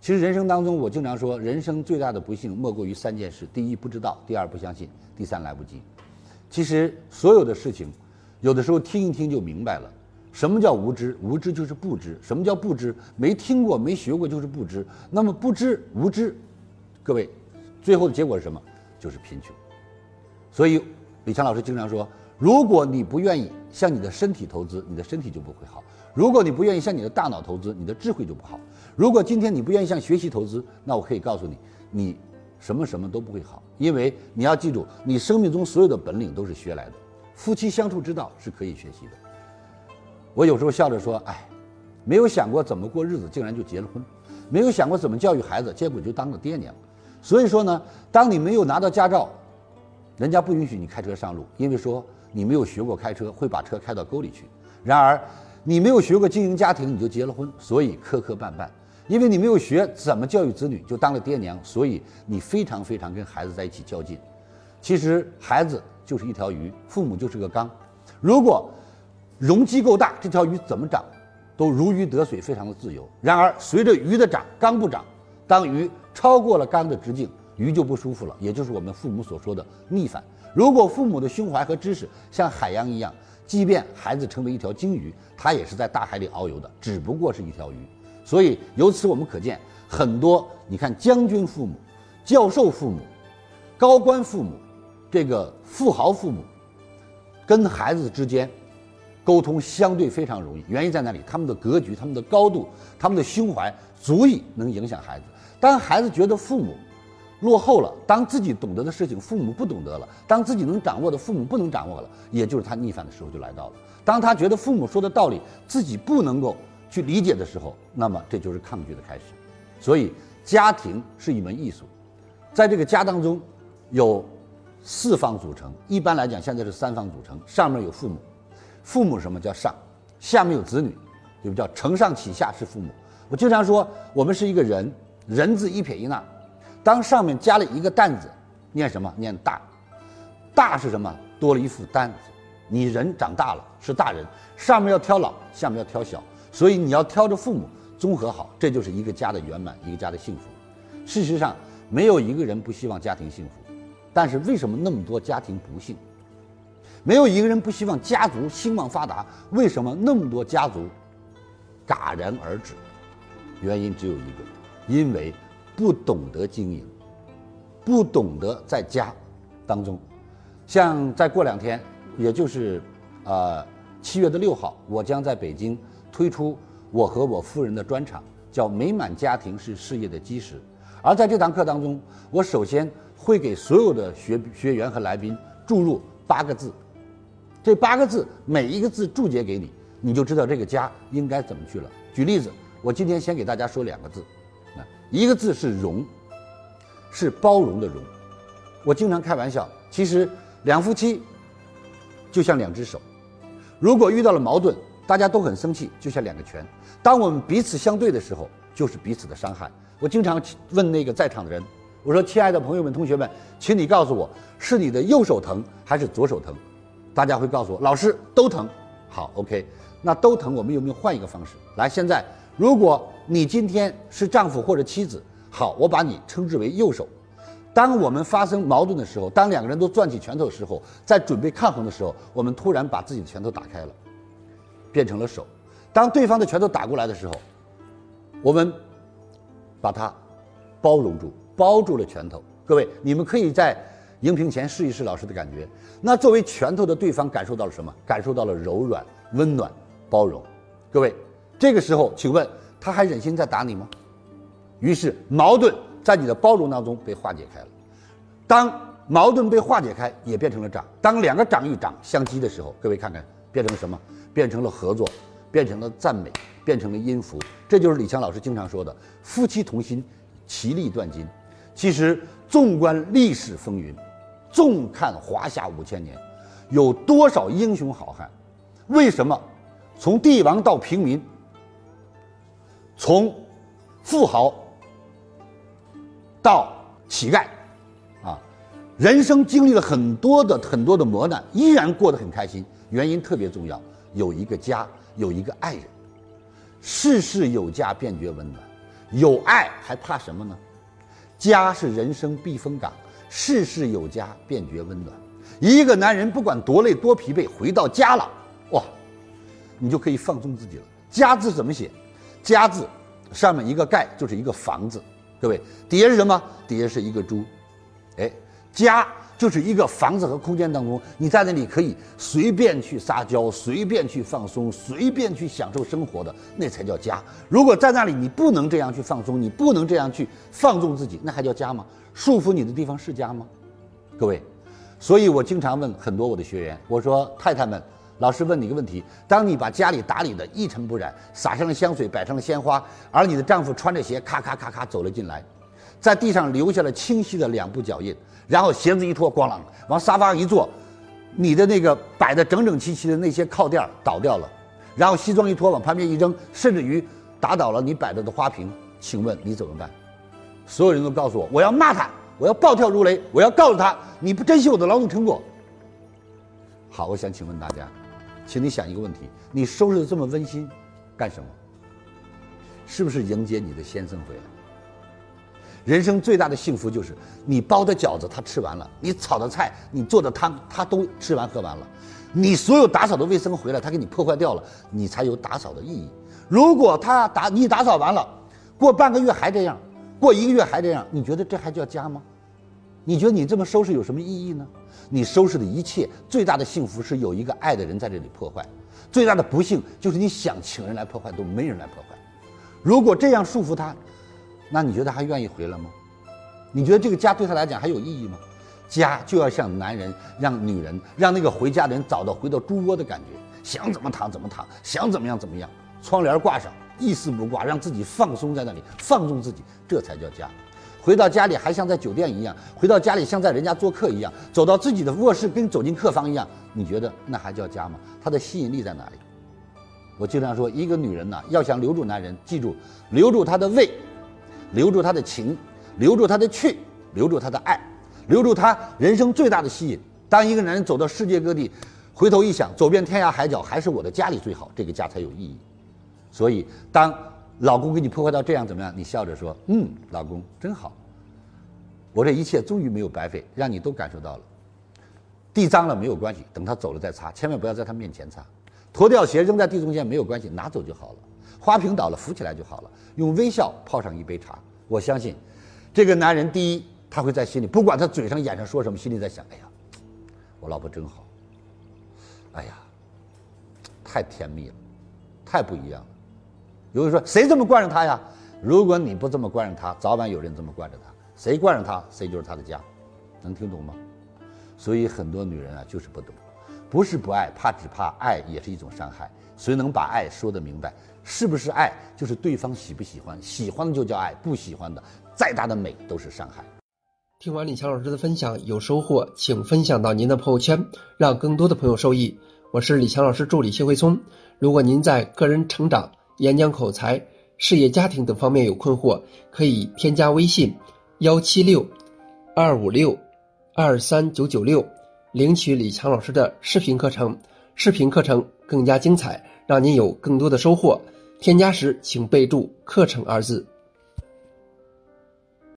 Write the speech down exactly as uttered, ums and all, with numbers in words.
其实人生当中，我经常说，人生最大的不幸莫过于三件事：第一，不知道；第二，不相信；第三，来不及。其实所有的事情，有的时候听一听就明白了。什么叫无知？无知就是不知。什么叫不知？没听过、没学过就是不知。那么不知、无知，各位，最后的结果是什么？就是贫穷。所以李强老师经常说，如果你不愿意向你的身体投资，你的身体就不会好；如果你不愿意向你的大脑投资，你的智慧就不好；如果今天你不愿意向学习投资，那我可以告诉你，你什么什么都不会好。因为你要记住，你生命中所有的本领都是学来的。夫妻相处之道是可以学习的。我有时候笑着说，哎，没有想过怎么过日子，竟然就结了婚；没有想过怎么教育孩子，结果就当了爹娘。所以说呢，当你没有拿到驾照，人家不允许你开车上路，因为说你没有学过开车，会把车开到沟里去。然而你没有学过经营家庭，你就结了婚，所以磕磕绊绊。因为你没有学怎么教育子女，就当了爹娘，所以你非常非常跟孩子在一起较劲。其实孩子就是一条鱼，父母就是个缸，如果容积够大，这条鱼怎么长都如鱼得水，非常的自由。然而随着鱼的长，缸不长，当鱼超过了缸的直径，鱼就不舒服了，也就是我们父母所说的逆反。如果父母的胸怀和知识像海洋一样，即便孩子成为一条鲸鱼，它也是在大海里遨游的，只不过是一条鱼。所以由此我们可见，很多你看将军父母、教授父母、高官父母、这个富豪父母跟孩子之间沟通相对非常容易，原因在哪里？他们的格局、他们的高度、他们的胸怀足以能影响孩子。当孩子觉得父母落后了，当自己懂得的事情父母不懂得了，当自己能掌握的父母不能掌握了，也就是他逆反的时候就来到了。当他觉得父母说的道理自己不能够去理解的时候，那么这就是抗拒的开始。所以家庭是一门艺术，在这个家当中有四方组成，一般来讲现在是三方组成，上面有父母，父母什么叫上，下面有子女，对不叫承上启下是父母。我经常说我们是一个人，人字一撇一捺，当上面加了一个担子，念什么？念大。大是什么？多了一副担子，你人长大了是大人，上面要挑老，下面要挑小，所以你要挑着父母综合好，这就是一个家的圆满，一个家的幸福。事实上没有一个人不希望家庭幸福，但是为什么那么多家庭不幸？没有一个人不希望家族兴旺发达，为什么那么多家族戛然而止？原因只有一个，因为不懂得经营，不懂得在家当中。像再过两天，也就是呃七月的六号，我将在北京推出我和我夫人的专场，叫美满家庭是事业的基石。而在这堂课当中，我首先会给所有的学学员和来宾注入八个字，这八个字每一个字注解给你，你就知道这个家应该怎么去了。举例子，我今天先给大家说两个字，一个字是容，是包容的容。我经常开玩笑，其实两夫妻就像两只手，如果遇到了矛盾，大家都很生气，就像两个拳。当我们彼此相对的时候，就是彼此的伤害。我经常问那个在场的人，我说：“亲爱的朋友们、同学们，请你告诉我，是你的右手疼还是左手疼？”大家会告诉我：“老师，都疼。”好 ，OK， 那都疼，我们有没有换一个方式？来，现在如果你今天是丈夫或者妻子，好，我把你称之为右手。当我们发生矛盾的时候，当两个人都攥起拳头的时候，在准备抗衡的时候，我们突然把自己的拳头打开了，变成了手。当对方的拳头打过来的时候，我们把它包容住，包住了拳头。各位，你们可以在荧屏前试一试老师的感觉。那作为拳头的对方感受到了什么？感受到了柔软、温暖、包容。各位，这个时候，请问他还忍心再打你吗？于是矛盾在你的包容当中被化解开了。当矛盾被化解开，也变成了掌。当两个掌与掌相击的时候，各位看看变成了什么？变成了合作，变成了赞美，变成了音符。这就是李强老师经常说的夫妻同心，其利断金。其实纵观历史风云，纵看华夏五千年，有多少英雄好汉？为什么从帝王到平民，从富豪到乞丐啊，人生经历了很多的很多的磨难，依然过得很开心？原因特别重要，有一个家，有一个爱人。事事有家，便觉温暖。 有爱还怕什么呢？家是人生避风港，事事有家便觉温暖。一个男人不管多累多疲惫，回到家了，哇，你就可以放松自己了。家字怎么写？家字上面一个盖就是一个房子，各位，底下是什么？底下是一个猪。哎，家就是一个房子和空间当中，你在那里可以随便去撒娇，随便去放松，随便去享受生活的，那才叫家。如果在那里你不能这样去放松，你不能这样去放纵自己，那还叫家吗？束缚你的地方是家吗？各位，所以我经常问很多我的学员，我说太太们，老师问你一个问题，当你把家里打理的一尘不染，撒上了香水，摆上了鲜花，而你的丈夫穿着鞋咔咔咔咔走了进来，在地上留下了清晰的两步脚印，然后鞋子一脱，咣啷往沙发上一坐，你的那个摆的整整齐齐的那些靠垫倒掉了，然后西装一脱往旁边一扔，甚至于打倒了你摆着的花瓶，请问你怎么办？所有人都告诉我，我要骂他，我要暴跳如雷，我要告诉他你不珍惜我的劳动成果。好，我想请问大家，请你想一个问题，你收拾的这么温馨干什么？是不是迎接你的先生回来？人生最大的幸福就是你包的饺子他吃完了，你炒的菜，你做的汤他都吃完喝完了，你所有打扫的卫生回来他给你破坏掉了，你才有打扫的意义。如果他打你打扫完了，过半个月还这样，过一个月还这样，你觉得这还叫家吗？你觉得你这么收拾有什么意义呢？你收拾的一切最大的幸福是有一个爱的人在这里破坏，最大的不幸就是你想请人来破坏都没人来破坏。如果这样束缚他，那你觉得还愿意回来吗？你觉得这个家对他来讲还有意义吗？家就要像男人让女人让那个回家的人找到回到猪窝的感觉，想怎么躺怎么躺，想怎么样怎么样，窗帘挂上一丝不挂，让自己放松在那里放纵自己，这才叫家。回到家里还像在酒店一样，回到家里像在人家做客一样，走到自己的卧室跟走进客房一样，你觉得那还叫家吗？它的吸引力在哪里？我经常说，一个女人呢、啊，要想留住男人，记住，留住他的胃，留住他的情，留住他的趣，留住他的爱，留住他人生最大的吸引。当一个男人走到世界各地，回头一想，走遍天涯海角，还是我的家里最好，这个家才有意义。所以当老公给你破坏到这样怎么样，你笑着说，嗯，老公真好，我这一切终于没有白费，让你都感受到了。地脏了没有关系，等他走了再擦，千万不要在他面前擦。脱掉鞋扔在地中间没有关系，拿走就好了。花瓶倒了扶起来就好了，用微笑泡上一杯茶。我相信这个男人，第一他会在心里，不管他嘴上眼上说什么，心里在想，哎呀，我老婆真好，哎呀，太甜蜜了，太不一样了。有人说谁这么惯着他呀？如果你不这么惯着他，早晚有人这么惯着他，谁惯着他谁就是他的家。能听懂吗？所以很多女人啊就是不懂，不是不爱，怕只怕爱也是一种伤害。谁能把爱说得明白？是不是爱就是对方喜不喜欢，喜欢的就叫爱，不喜欢的再大的美都是伤害。 听完李强老师的分享有收获，请分享到您的朋友圈，让更多的朋友受益。我是李强老师助理谢慧聪。如果您在个人成长、演讲口才、事业家庭等方面有困惑，可以添加微信一七六二五六二三九九六，领取李强老师的视频课程。视频课程更加精彩，让您有更多的收获。添加时请备注课程二字。